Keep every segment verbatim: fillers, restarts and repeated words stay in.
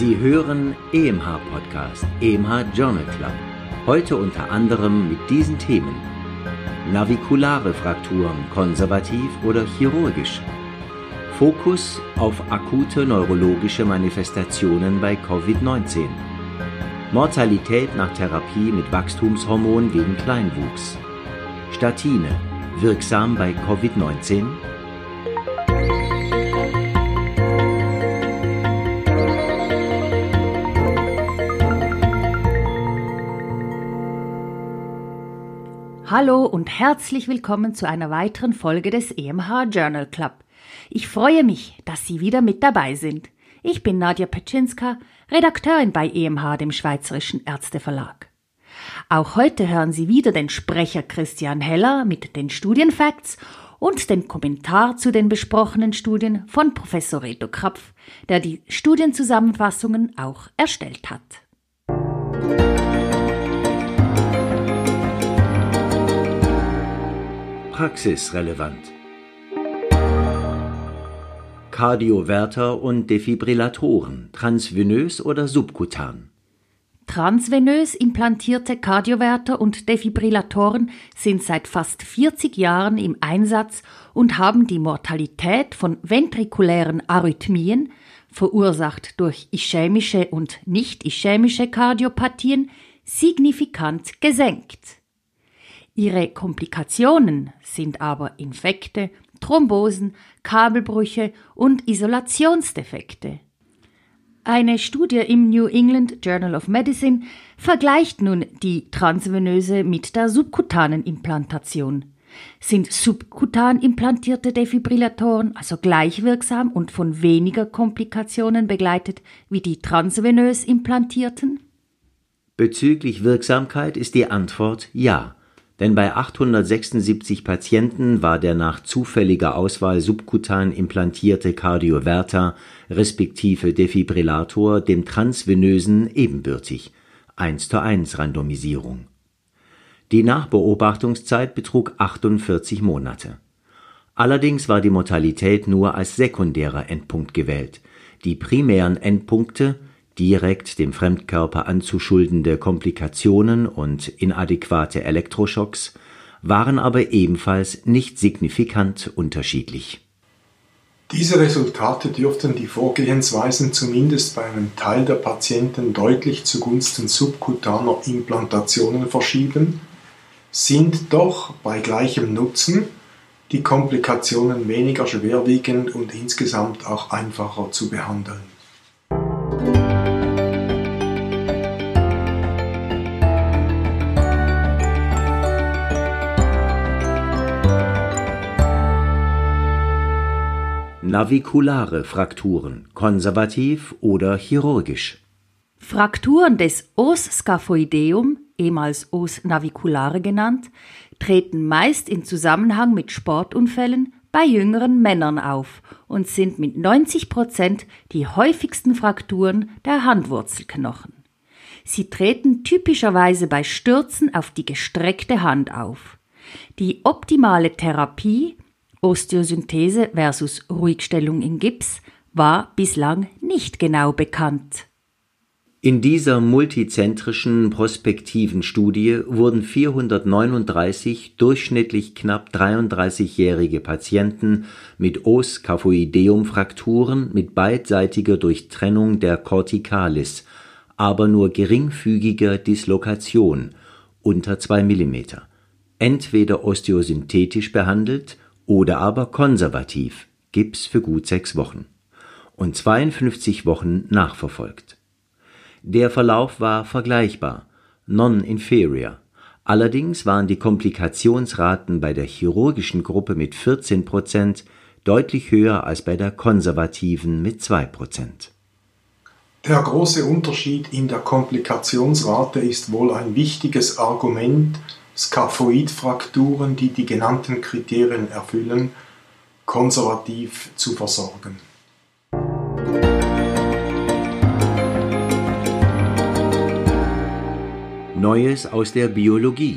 Sie hören E M H-Podcast, E M H Journal Club. Heute unter anderem mit diesen Themen: Navikulare Frakturen, konservativ oder chirurgisch? Fokus auf akute neurologische Manifestationen bei Covid neunzehn. Mortalität nach Therapie mit Wachstumshormon gegen Kleinwuchs. Statine, wirksam bei Covid neunzehn? Hallo und herzlich willkommen zu einer weiteren Folge des E M H Journal Club. Ich freue mich, dass Sie wieder mit dabei sind. Ich bin Nadja Petschinska, Redakteurin bei E M H, dem Schweizerischen Ärzteverlag. Auch heute hören Sie wieder den Sprecher Christian Heller mit den Studienfacts und den Kommentar zu den besprochenen Studien von Professor Reto Krapf, der die Studienzusammenfassungen auch erstellt hat. Praxisrelevant. Kardioverter und Defibrillatoren, transvenös oder subkutan? Transvenös implantierte Kardioverter und Defibrillatoren sind seit fast vierzig Jahren im Einsatz und haben die Mortalität von ventrikulären Arrhythmien, verursacht durch ischämische und nicht-ischämische Kardiopathien, signifikant gesenkt. Ihre Komplikationen sind aber Infekte, Thrombosen, Kabelbrüche und Isolationsdefekte. Eine Studie im New England Journal of Medicine vergleicht nun die transvenöse mit der subkutanen Implantation. Sind subkutan implantierte Defibrillatoren also gleich wirksam und von weniger Komplikationen begleitet wie die transvenös implantierten? Bezüglich Wirksamkeit ist die Antwort ja. Denn bei achthundertsechsundsiebzig Patienten war der nach zufälliger Auswahl subkutan implantierte Kardioverter respektive Defibrillator dem transvenösen ebenbürtig, eins zu eins Randomisierung. Die Nachbeobachtungszeit betrug achtundvierzig Monate. Allerdings war die Mortalität nur als sekundärer Endpunkt gewählt. Die primären Endpunkte, direkt dem Fremdkörper anzuschuldende Komplikationen und inadäquate Elektroschocks, waren aber ebenfalls nicht signifikant unterschiedlich. Diese Resultate dürften die Vorgehensweisen zumindest bei einem Teil der Patienten deutlich zugunsten subkutaner Implantationen verschieben, sind doch bei gleichem Nutzen die Komplikationen weniger schwerwiegend und insgesamt auch einfacher zu behandeln. Navikulare Frakturen, konservativ oder chirurgisch? Frakturen des Os scaphoideum, ehemals Os naviculare genannt, treten meist in Zusammenhang mit Sportunfällen bei jüngeren Männern auf und sind mit neunzig Prozent die häufigsten Frakturen der Handwurzelknochen. Sie treten typischerweise bei Stürzen auf die gestreckte Hand auf. Die optimale Therapie, Osteosynthese versus Ruhigstellung in Gips, war bislang nicht genau bekannt. In dieser multizentrischen prospektiven Studie wurden vierhundertneununddreißig durchschnittlich knapp dreiunddreißigjährige Patienten mit Os scaphoideum Frakturen mit beidseitiger Durchtrennung der Corticalis, aber nur geringfügiger Dislokation unter zwei Millimeter, entweder osteosynthetisch behandelt oder aber konservativ, Gips für gut sechs Wochen, und zweiundfünfzig Wochen nachverfolgt. Der Verlauf war vergleichbar, non-inferior. Allerdings waren die Komplikationsraten bei der chirurgischen Gruppe mit vierzehn Prozent deutlich höher als bei der konservativen mit zwei Prozent. Der große Unterschied in der Komplikationsrate ist wohl ein wichtiges Argument, Scaphoidfrakturen, die die genannten Kriterien erfüllen, konservativ zu versorgen. Neues aus der Biologie.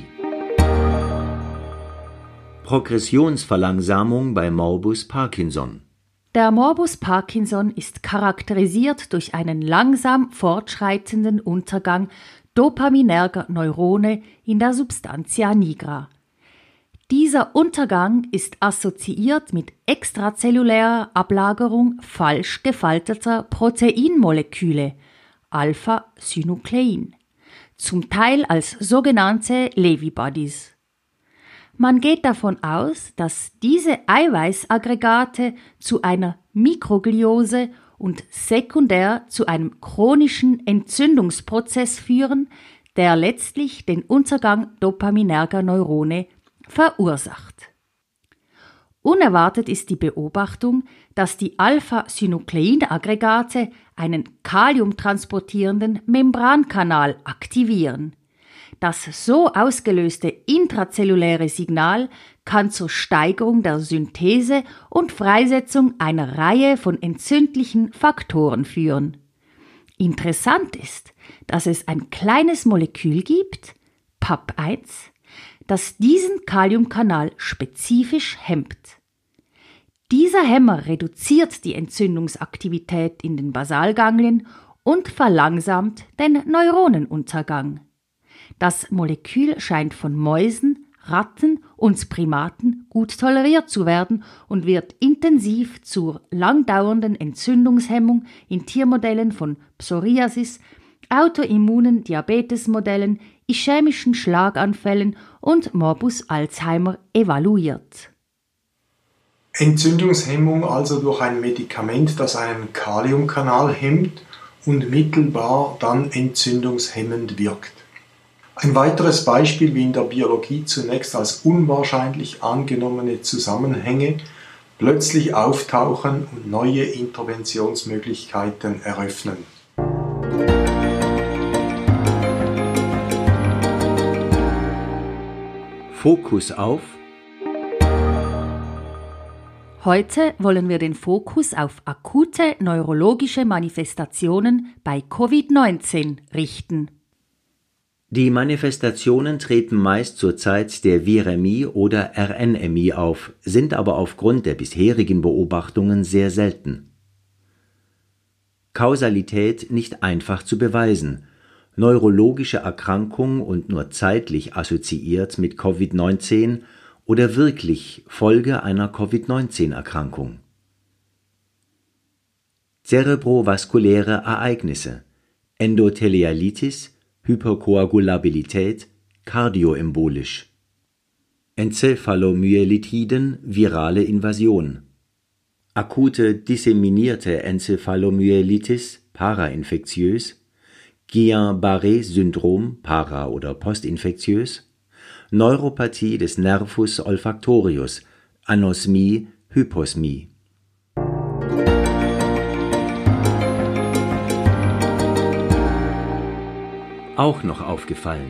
Progressionsverlangsamung bei Morbus Parkinson. Der Morbus Parkinson ist charakterisiert durch einen langsam fortschreitenden Untergang dopaminerger Neurone in der Substantia nigra. Dieser Untergang ist assoziiert mit extrazellulärer Ablagerung falsch gefalteter Proteinmoleküle, Alpha-Synuklein, zum Teil als sogenannte Lewy-Bodies. Man geht davon aus, dass diese Eiweißaggregate zu einer Mikrogliose und sekundär zu einem chronischen Entzündungsprozess führen, der letztlich den Untergang dopaminerger Neurone verursacht. Unerwartet ist die Beobachtung, dass die Alpha-Synuklein-Aggregate einen kaliumtransportierenden Membrankanal aktivieren. Das so ausgelöste intrazelluläre Signal kann zur Steigerung der Synthese und Freisetzung einer Reihe von entzündlichen Faktoren führen. Interessant ist, dass es ein kleines Molekül gibt, P A P eins, das diesen Kaliumkanal spezifisch hemmt. Dieser Hämmer reduziert die Entzündungsaktivität in den Basalganglien und verlangsamt den Neuronenuntergang. Das Molekül scheint von Mäusen, Ratten und Primaten gut toleriert zu werden und wird intensiv zur langdauernden Entzündungshemmung in Tiermodellen von Psoriasis, autoimmunen Diabetesmodellen, ischämischen Schlaganfällen und Morbus Alzheimer evaluiert. Entzündungshemmung also durch ein Medikament, das einen Kaliumkanal hemmt und mittelbar dann entzündungshemmend wirkt. Ein weiteres Beispiel, wie in der Biologie zunächst als unwahrscheinlich angenommene Zusammenhänge plötzlich auftauchen und neue Interventionsmöglichkeiten eröffnen. Fokus auf. Heute wollen wir den Fokus auf akute neurologische Manifestationen bei Covid neunzehn richten. Die Manifestationen treten meist zur Zeit der Virämie oder R N M I auf, sind aber aufgrund der bisherigen Beobachtungen sehr selten. Kausalität nicht einfach zu beweisen. Neurologische Erkrankung und nur zeitlich assoziiert mit Covid neunzehn oder wirklich Folge einer Covid neunzehn Erkrankung. Zerebrovaskuläre Ereignisse, Endothelialitis, Hyperkoagulabilität, kardioembolisch. Enzephalomyelitiden, virale Invasion. Akute disseminierte Enzephalomyelitis, parainfektiös. Guillain-Barré-Syndrom, para- oder postinfektiös. Neuropathie des Nervus olfactorius, Anosmie, Hyposmie. Auch noch aufgefallen.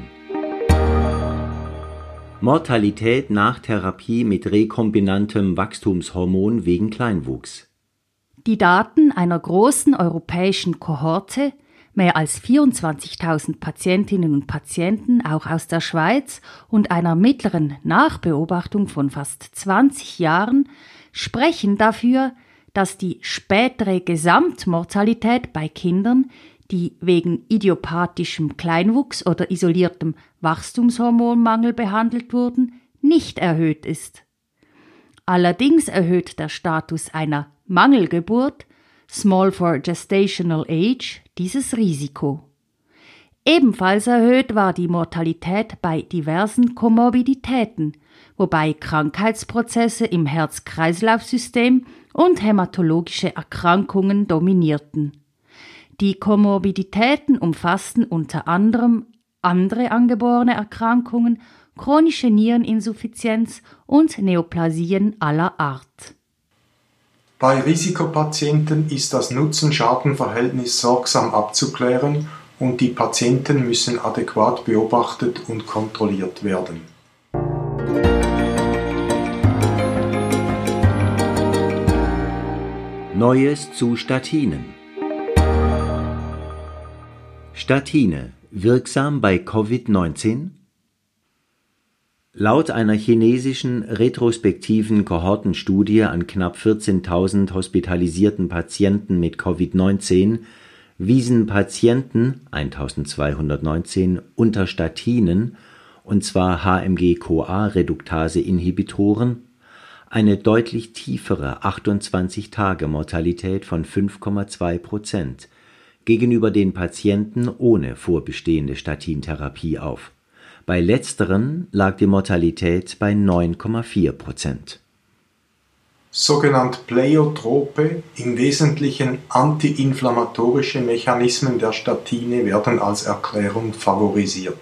Mortalität nach Therapie mit rekombinantem Wachstumshormon wegen Kleinwuchs. Die Daten einer großen europäischen Kohorte, mehr als vierundzwanzigtausend Patientinnen und Patienten, auch aus der Schweiz, und einer mittleren Nachbeobachtung von fast zwanzig Jahren, sprechen dafür, dass die spätere Gesamtmortalität bei Kindern, die wegen idiopathischem Kleinwuchs oder isoliertem Wachstumshormonmangel behandelt wurden, nicht erhöht ist. Allerdings erhöht der Status einer Mangelgeburt, Small for Gestational Age, dieses Risiko. Ebenfalls erhöht war die Mortalität bei diversen Komorbiditäten, wobei Krankheitsprozesse im Herz-Kreislauf-System und hämatologische Erkrankungen dominierten. Die Komorbiditäten umfassten unter anderem andere angeborene Erkrankungen, chronische Niereninsuffizienz und Neoplasien aller Art. Bei Risikopatienten ist das Nutzen-Schaden-Verhältnis sorgsam abzuklären und die Patienten müssen adäquat beobachtet und kontrolliert werden. Neues zu Statinen. Statine, wirksam bei Covid neunzehn? Laut einer chinesischen retrospektiven Kohortenstudie an knapp vierzehntausend hospitalisierten Patienten mit Covid neunzehn wiesen Patienten eintausendzweihundertneunzehn unter Statinen, und zwar H M G-C o A-Reduktase-Inhibitoren, eine deutlich tiefere achtundzwanzig-Tage-Mortalität von fünf Komma zwei Prozent gegenüber den Patienten ohne vorbestehende Statintherapie auf. Bei letzteren lag die Mortalität bei neun Komma vier Prozent. Sogenannte Pleiotrope, im Wesentlichen antiinflammatorische Mechanismen der Statine, werden als Erklärung favorisiert.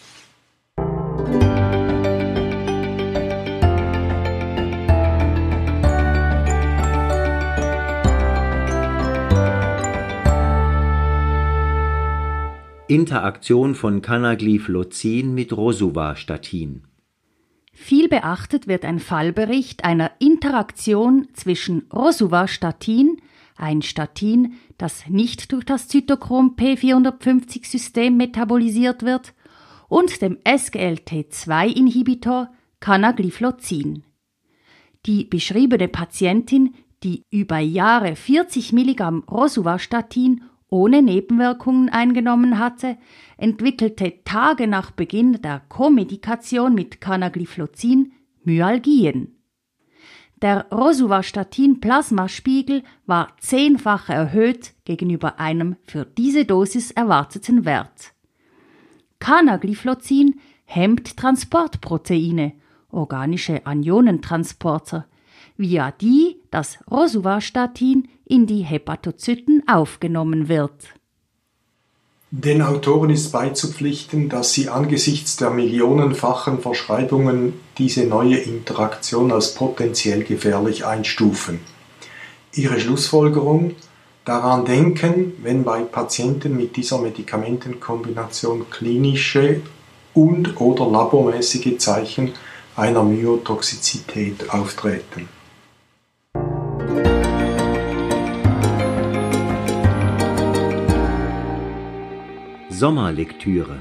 Interaktion von Canagliflozin mit Rosuvastatin. Viel beachtet wird ein Fallbericht einer Interaktion zwischen Rosuvastatin, ein Statin, das nicht durch das Zytochrom P vierhundertfünfzig-System metabolisiert wird, und dem S G L T zwei Inhibitor Canagliflozin. Die beschriebene Patientin, die über Jahre vierzig Milligramm Rosuvastatin ohne Nebenwirkungen eingenommen hatte, entwickelte Tage nach Beginn der Komedikation mit Canagliflozin Myalgien. Der Rosuvastatin-Plasmaspiegel war zehnfach erhöht gegenüber einem für diese Dosis erwarteten Wert. Canagliflozin hemmt Transportproteine, organische Anionentransporter, via die das Rosuvastatin in die Hepatozyten aufgenommen wird. Den Autoren ist beizupflichten, dass sie angesichts der millionenfachen Verschreibungen diese neue Interaktion als potenziell gefährlich einstufen. Ihre Schlussfolgerung: daran denken, wenn bei Patienten mit dieser Medikamentenkombination klinische und/oder labormäßige Zeichen einer Myotoxizität auftreten. Sommerlektüre.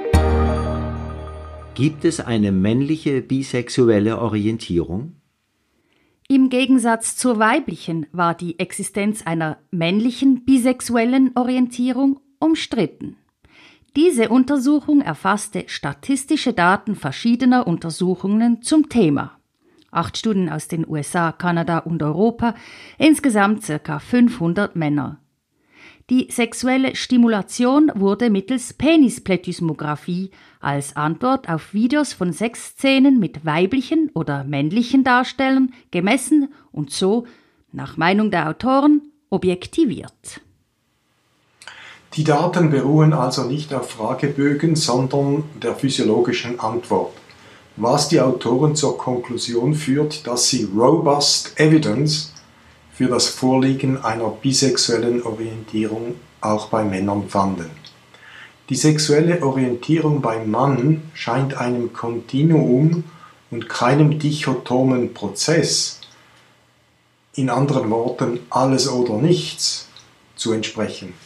Gibt es eine männliche bisexuelle Orientierung? Im Gegensatz zur weiblichen war die Existenz einer männlichen bisexuellen Orientierung umstritten. Diese Untersuchung erfasste statistische Daten verschiedener Untersuchungen zum Thema. Acht Studien aus den U S A, Kanada und Europa, insgesamt ca. fünfhundert Männer. Die sexuelle Stimulation wurde mittels Penisplethysmographie als Antwort auf Videos von Sexszenen mit weiblichen oder männlichen Darstellern gemessen und so, nach Meinung der Autoren, objektiviert. Die Daten beruhen also nicht auf Fragebögen, sondern der physiologischen Antwort, was die Autoren zur Konklusion führt, dass sie robust evidence für das Vorliegen einer bisexuellen Orientierung auch bei Männern fanden. Die sexuelle Orientierung beim Mann scheint einem Kontinuum und keinem dichotomen Prozess, in anderen Worten alles oder nichts, zu entsprechen.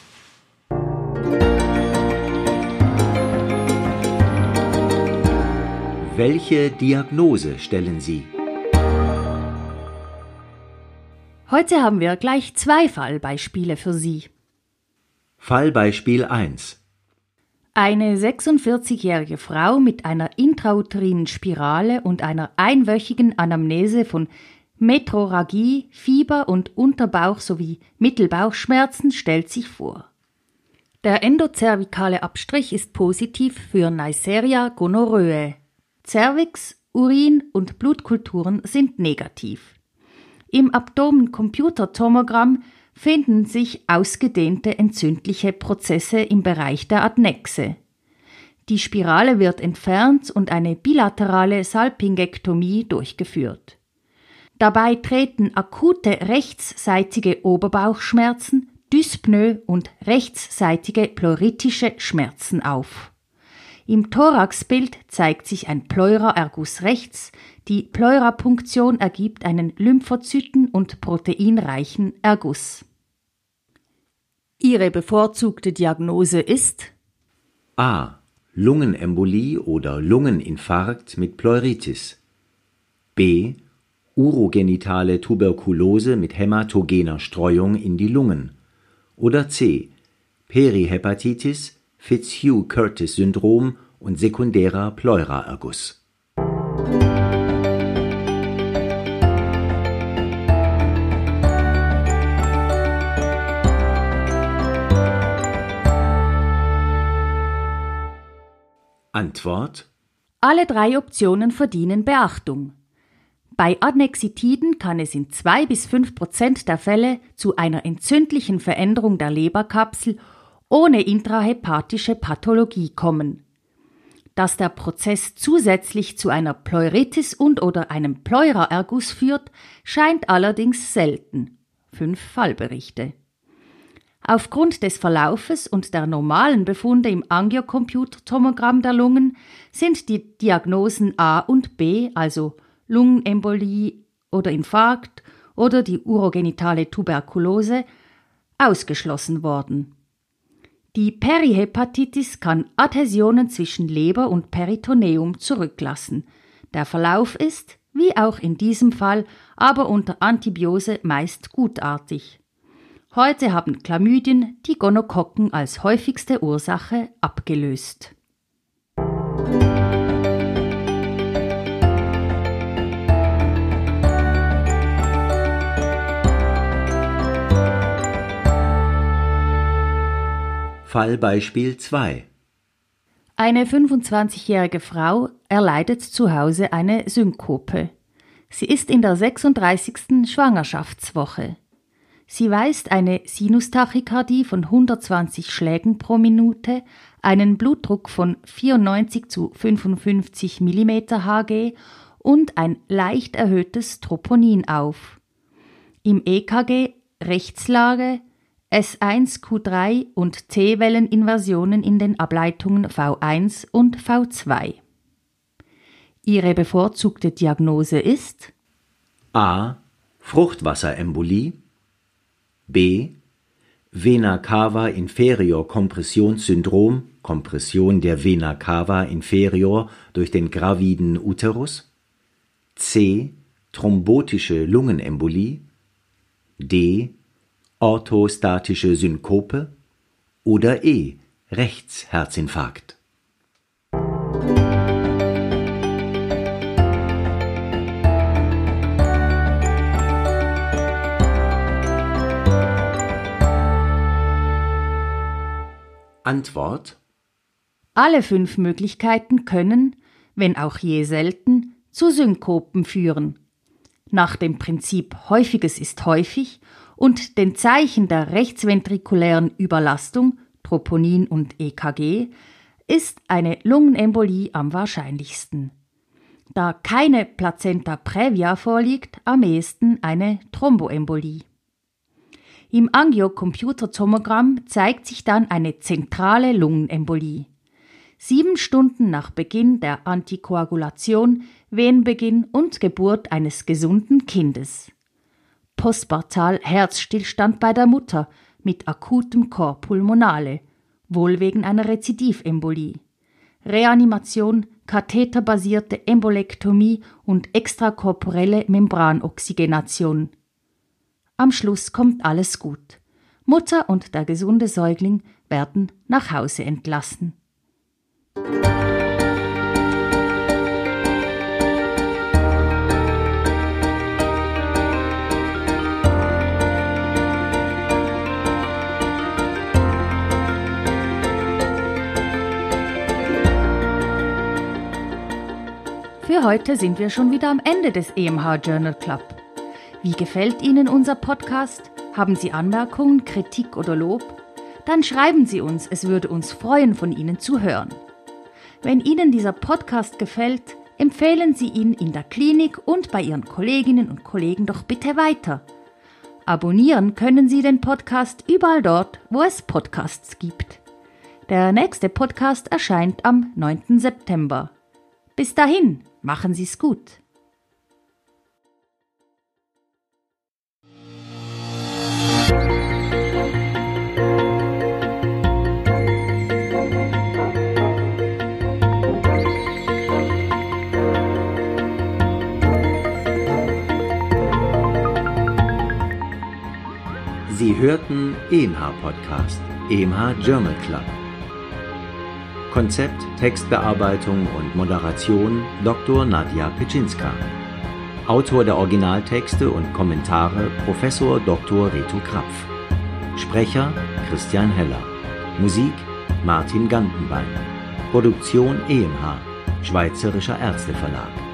Welche Diagnose stellen Sie? Heute haben wir gleich zwei Fallbeispiele für Sie. Fallbeispiel eins. Eine sechsundvierzigjährige Frau mit einer intrauterinen Spirale und einer einwöchigen Anamnese von Metrorrhagie, Fieber und Unterbauch- sowie Mittelbauchschmerzen stellt sich vor. Der endozervikale Abstrich ist positiv für Neisseria gonorrhoeae. Cervix, Urin und Blutkulturen sind negativ. Im Abdomen-Computertomogramm finden sich ausgedehnte entzündliche Prozesse im Bereich der Adnexe. Die Spirale wird entfernt und eine bilaterale Salpingektomie durchgeführt. Dabei treten akute rechtsseitige Oberbauchschmerzen, Dyspnoe und rechtsseitige pleuritische Schmerzen auf. Im Thoraxbild zeigt sich ein Pleuraerguss rechts, die Pleurapunktion ergibt einen lymphozyten- und proteinreichen Erguss. Ihre bevorzugte Diagnose ist A. Lungenembolie oder Lungeninfarkt mit Pleuritis. B. Urogenitale Tuberkulose mit hämatogener Streuung in die Lungen. Oder C. Perihepatitis, Fitzhugh-Curtis-Syndrom und sekundärer Pleuraerguss. Antwort: Alle drei Optionen verdienen Beachtung. Bei Adnexitiden kann es in zwei bis fünf Prozent der Fälle zu einer entzündlichen Veränderung der Leberkapsel ohne intrahepatische Pathologie kommen. Dass der Prozess zusätzlich zu einer Pleuritis und/oder einem Pleuraerguss führt, scheint allerdings selten. Fünf Fallberichte. Aufgrund des Verlaufes und der normalen Befunde im Angiocomputertomogramm der Lungen sind die Diagnosen A und B, also Lungenembolie oder Infarkt oder die urogenitale Tuberkulose, ausgeschlossen worden. Die Perihepatitis kann Adhäsionen zwischen Leber und Peritoneum zurücklassen. Der Verlauf ist, wie auch in diesem Fall, aber unter Antibiose meist gutartig. Heute haben Chlamydien die Gonokokken als häufigste Ursache abgelöst. Fallbeispiel zwei. Eine fünfundzwanzigjährige Frau erleidet zu Hause eine Synkope. Sie ist in der sechsunddreißigsten Schwangerschaftswoche. Sie weist eine Sinustachykardie von hundertzwanzig Schlägen pro Minute, einen Blutdruck von vierundneunzig zu fünfundfünfzig Millimeter Hg und ein leicht erhöhtes Troponin auf. Im E K G Rechtslage, S eins Q drei und T-Welleninversionen in den Ableitungen V eins und V zwei. Ihre bevorzugte Diagnose ist A. Fruchtwasserembolie, B. Vena cava inferior Kompressionssyndrom, Kompression der Vena cava inferior durch den graviden Uterus, C. Thrombotische Lungenembolie, D. Orthostatische Synkope oder E. Rechtsherzinfarkt. Antwort: Alle fünf Möglichkeiten können, wenn auch je selten, zu Synkopen führen. Nach dem Prinzip Häufiges ist häufig und den Zeichen der rechtsventrikulären Überlastung, Troponin und E K G, ist eine Lungenembolie am wahrscheinlichsten. Da keine Plazenta praevia vorliegt, am ehesten eine Thromboembolie. Im Angiocomputertomogramm zeigt sich dann eine zentrale Lungenembolie. Sieben Stunden nach Beginn der Antikoagulation, Wehenbeginn und Geburt eines gesunden Kindes. Postpartal Herzstillstand bei der Mutter mit akutem Cor pulmonale, wohl wegen einer Rezidivembolie. Reanimation, katheterbasierte Embolektomie und extrakorporelle Membranoxygenation. Am Schluss kommt alles gut. Mutter und der gesunde Säugling werden nach Hause entlassen. Für heute sind wir schon wieder am Ende des E M H Journal Club. Wie gefällt Ihnen unser Podcast? Haben Sie Anmerkungen, Kritik oder Lob? Dann schreiben Sie uns, es würde uns freuen, von Ihnen zu hören. Wenn Ihnen dieser Podcast gefällt, empfehlen Sie ihn in der Klinik und bei Ihren Kolleginnen und Kollegen doch bitte weiter. Abonnieren können Sie den Podcast überall dort, wo es Podcasts gibt. Der nächste Podcast erscheint am neunten September. Bis dahin, machen Sie es gut. Sie hörten E M H-Podcast, E M H Journal Club. Konzept, Textbearbeitung und Moderation Doktor Nadja Petschinska. Autor der Originaltexte und Kommentare Professor Doktor Reto Krapf. Sprecher Christian Heller. Musik Martin Gantenbein. Produktion E M H, Schweizerischer Ärzteverlag.